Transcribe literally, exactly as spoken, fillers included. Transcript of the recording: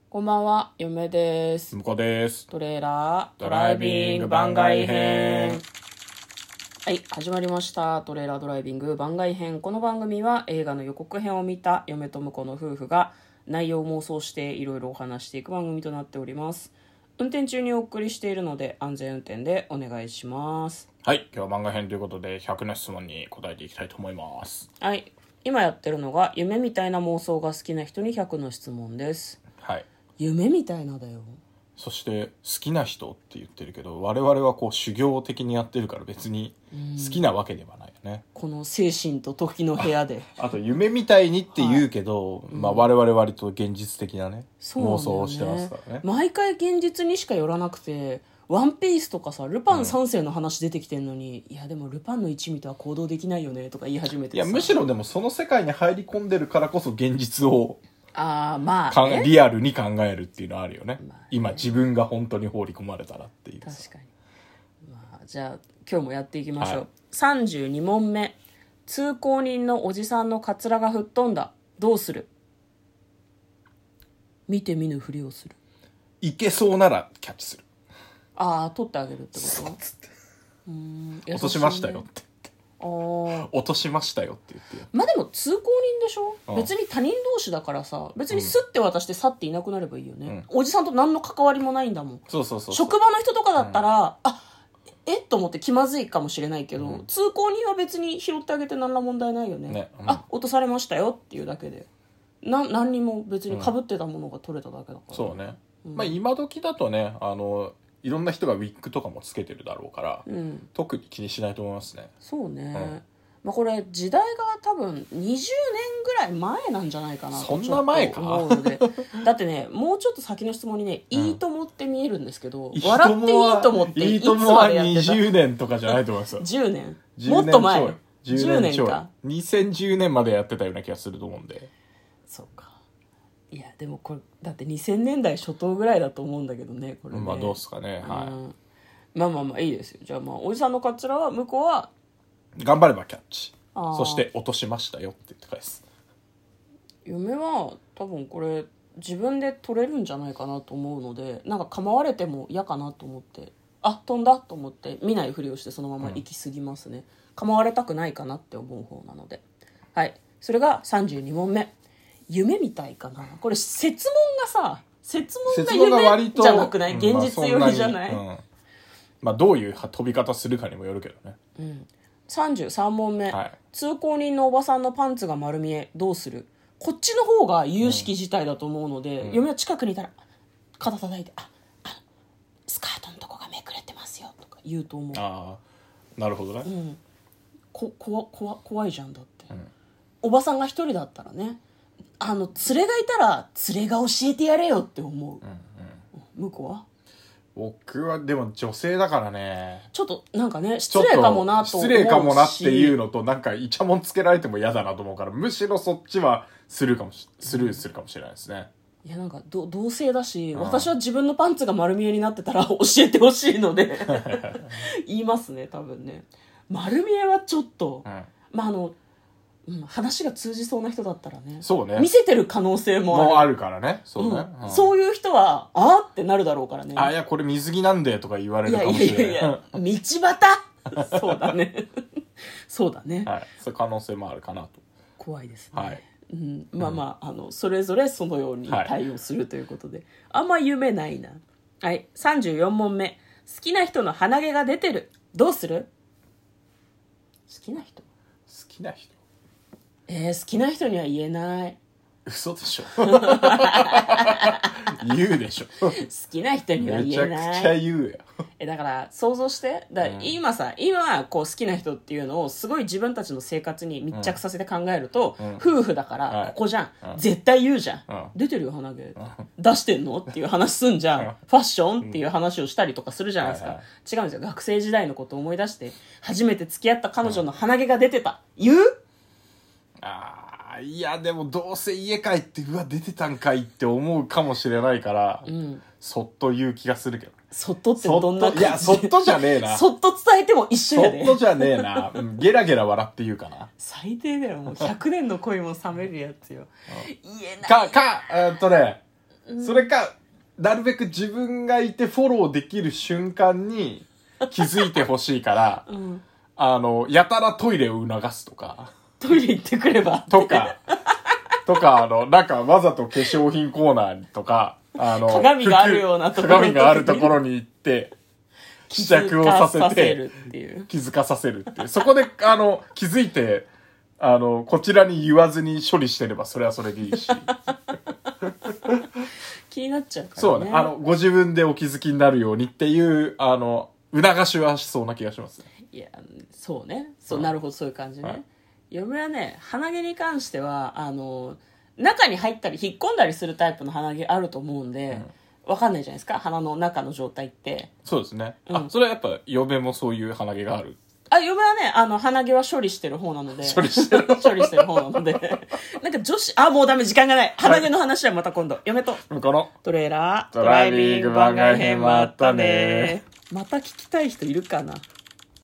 こんばんは、嫁です。 向こうです。 トレーラードライビング番外編。 はい、始まりました。トレーラードライビング番外編。この番組は映画の予告編を見た嫁と婿の夫婦が内容を妄想していろいろお話していく番組となっております。運転中にお送りしているので安全運転でお願いします。 はい、今日は番外編ということでひゃくの質問に答えていきたいと思います。 はい、今やってるのが夢みたいな妄想が好きな人にひゃくの質問です。 はい。 夢みたいなだよ。 そして好きな人って言ってるけど、我々はこう修行的にやってるから別に好きなわけではないよね。 この精神と時の部屋であと夢みたいにって言うけど、はい、まあ我々割と現実的なね、 そうなんだよね、 妄想をしてますからね。 毎回現実にしか寄らなくて、ワンピースとかさ、ルパン三世の話出てきてんのに、うん、いやでもルパンの一味とは行動できないよねとか言い始めてさ、 いやむしろでもその世界に入り込んでるからこそ現実をあまあ、ね、 リアルに考えるっていうのはあるよね、まあ、ね、今自分が本当に放り込まれたらっていう。 確かに、まあ、じゃあ今日もやっていきましょう、はい、さんじゅうに問目。通行人のおじさんのカツラが吹っ飛んだ、どうする？見て見ぬふりをする。 いけそうならキャッチする。 ああ、取ってあげるってこと？ そうつってうーん、 落としましたよってあ落としましたよって言って。 まあでも通行人でしょ、うん、別に他人同士だからさ、別にスッて渡して去っていなくなればいいよね、うん、おじさんと何の関わりもないんだもん。 そうそうそうそう。 職場の人とかだったら、うん、あえっと思って気まずいかもしれないけど、うん、通行人は別に拾ってあげて何ら問題ないよね、ね、うん、あ落とされましたよっていうだけでな何にも別に被ってたものが取れただけだから、 うん、そうね、うん、まあ今時だとね、あのいろんな人がウィッグとかもつけてるだろうから、うん、特に気にしないと思いますね。 そうね、うん、まあ、これ時代が多分にじゅうねんぐらい前なんじゃないかなとそんな前か思うのでだってね、もうちょっと先の質問にね、うん、いいともって見えるんですけど、笑っていいともっていつまでやってた？ いいともはにじゅうねんとかじゃないと思いますよじゅうねんもっと前じゅうねんかにせんじゅうねんまでやってたような気がすると思うんで。 そうか。いやでもこれだってにせんねんだい初頭ぐらいだと思うんだけどね、これね。 まあどうすかね、はい、うん、 まあまあまあいいですよ。じゃあまあおじさんのカツラは向こうは頑張ればキャッチ、そして落としましたよって言って返す。 嫁は多分これ自分で取れるんじゃないかなと思うので、なんか構われても嫌かなと思って、あ飛んだと思って見ないふりをしてそのまま行き過ぎますね、うん、構われたくないかなって思う方なので。はい、それがさんじゅうに問目。夢みたいかな。これ質問がさ、質問が夢じゃなくない？現実寄りじゃない？ まあ、うん、まあどういう飛び方するかにもよるけどね。 うん。さんじゅうさん問目、 はい、 通行人のおばさんのパンツが丸見え、どうする？こっちの方が有識事態だと思うので、うん、嫁は近くにいたら肩叩いて、ああスカートのとこがめくれてますよとか言うと思う。 ああなるほどね、 うん、ここわ怖いじゃんだって、うん、おばさんが一人だったらね、あの連れがいたら連れが教えてやれよって思う、うんうん、向こうは？ 僕はでも女性だからね、 ちょっとなんかね失礼かもなと思うし、 失礼かもなっていうのと、なんかイチャモンつけられても嫌だなと思うから、むしろそっちはスルーかもしスルーするかもしれないですね。 いやなんかど同性だし、うん、私は自分のパンツが丸見えになってたら教えてほしいので言いますね多分ね。丸見えはちょっと、うん、まああのうん、話が通じそうな人だったらね、 そうね、 見せてる可能性もあるもうあるからね、そうね、 うんうん、そういう人はあーってなるだろうからね。 あいやこれ水着なんでとか言われるかもしれない。いやいやいや道端そうだねそうだね、 はい、そういう可能性もあるかなと。 怖いですね、 はい、 うん、まあまあ、うん、あのそれぞれそのように対応するということで、はい、あんま夢ないな。はい、さんじゅうよん問目。好きな人の鼻毛が出てる、どうする？好きな人好きな人えー、好きな人には言えない。 嘘でしょ言うでしょ好きな人には言えない。 めちゃくちゃ言うよ。 えだから想像してだ、うん、今さ今こう好きな人っていうのをすごい自分たちの生活に密着させて考えると、うん、夫婦だからここじゃん、はい、絶対言うじゃん、うん、出てるよ鼻毛、うん、出してんのっていう話すんじゃん、うん、ファッションっていう話をしたりとかするじゃないですか、はいはい、違うんですよ。学生時代のことを思い出して初めて付き合った彼女の鼻毛が出てた、言う？ ああいやでもどうせ家帰ってうわ出てたんかいって思うかもしれないから、うん、そっと言う気がするけど。 そっとってどんな感じ？ いやそっとじゃねえなそっと伝えても一緒やで。 そっとじゃねえな、うん、ゲラゲラ笑って言うかな。 最低だよもうひゃくねんの恋も冷めるやつよ言えないかかえー、っとねそれかなるべく自分がいてフォローできる瞬間に気づいてほしいから、うん、あのやたらトイレを促すとか、 トイレ行ってくればとかとか、あのなんかわざと化粧品コーナーとか、あの鏡があるようなところ鏡があるところに行って試着をさせて気づかさせるっていう、そこであの気づいてあのこちらに言わずに処理してればそれはそれでいいし気になっちゃうからね。 そうね、あのご自分でお気づきになるようにっていうあの促しはしそうな気がします。 いやそうね、そう、うん、なるほど、そういう感じね、はい、嫁はね鼻毛に関してはあの中に入ったり引っ込んだりするタイプの鼻毛あると思うんで、うん、わかんないじゃないですか、鼻の中の状態って。 そうですね、うん、あ、それはやっぱ嫁もそういう鼻毛がある。 あ、嫁はね、あの、鼻毛は処理してる方なので。 処理してる処理してる方なので。なんか女子、あ、もうダメ、時間がない。鼻毛の話はまた今度。嫁と。 このトレーラー、ドライビング番外編もあったね。また聞きたい人いるかな。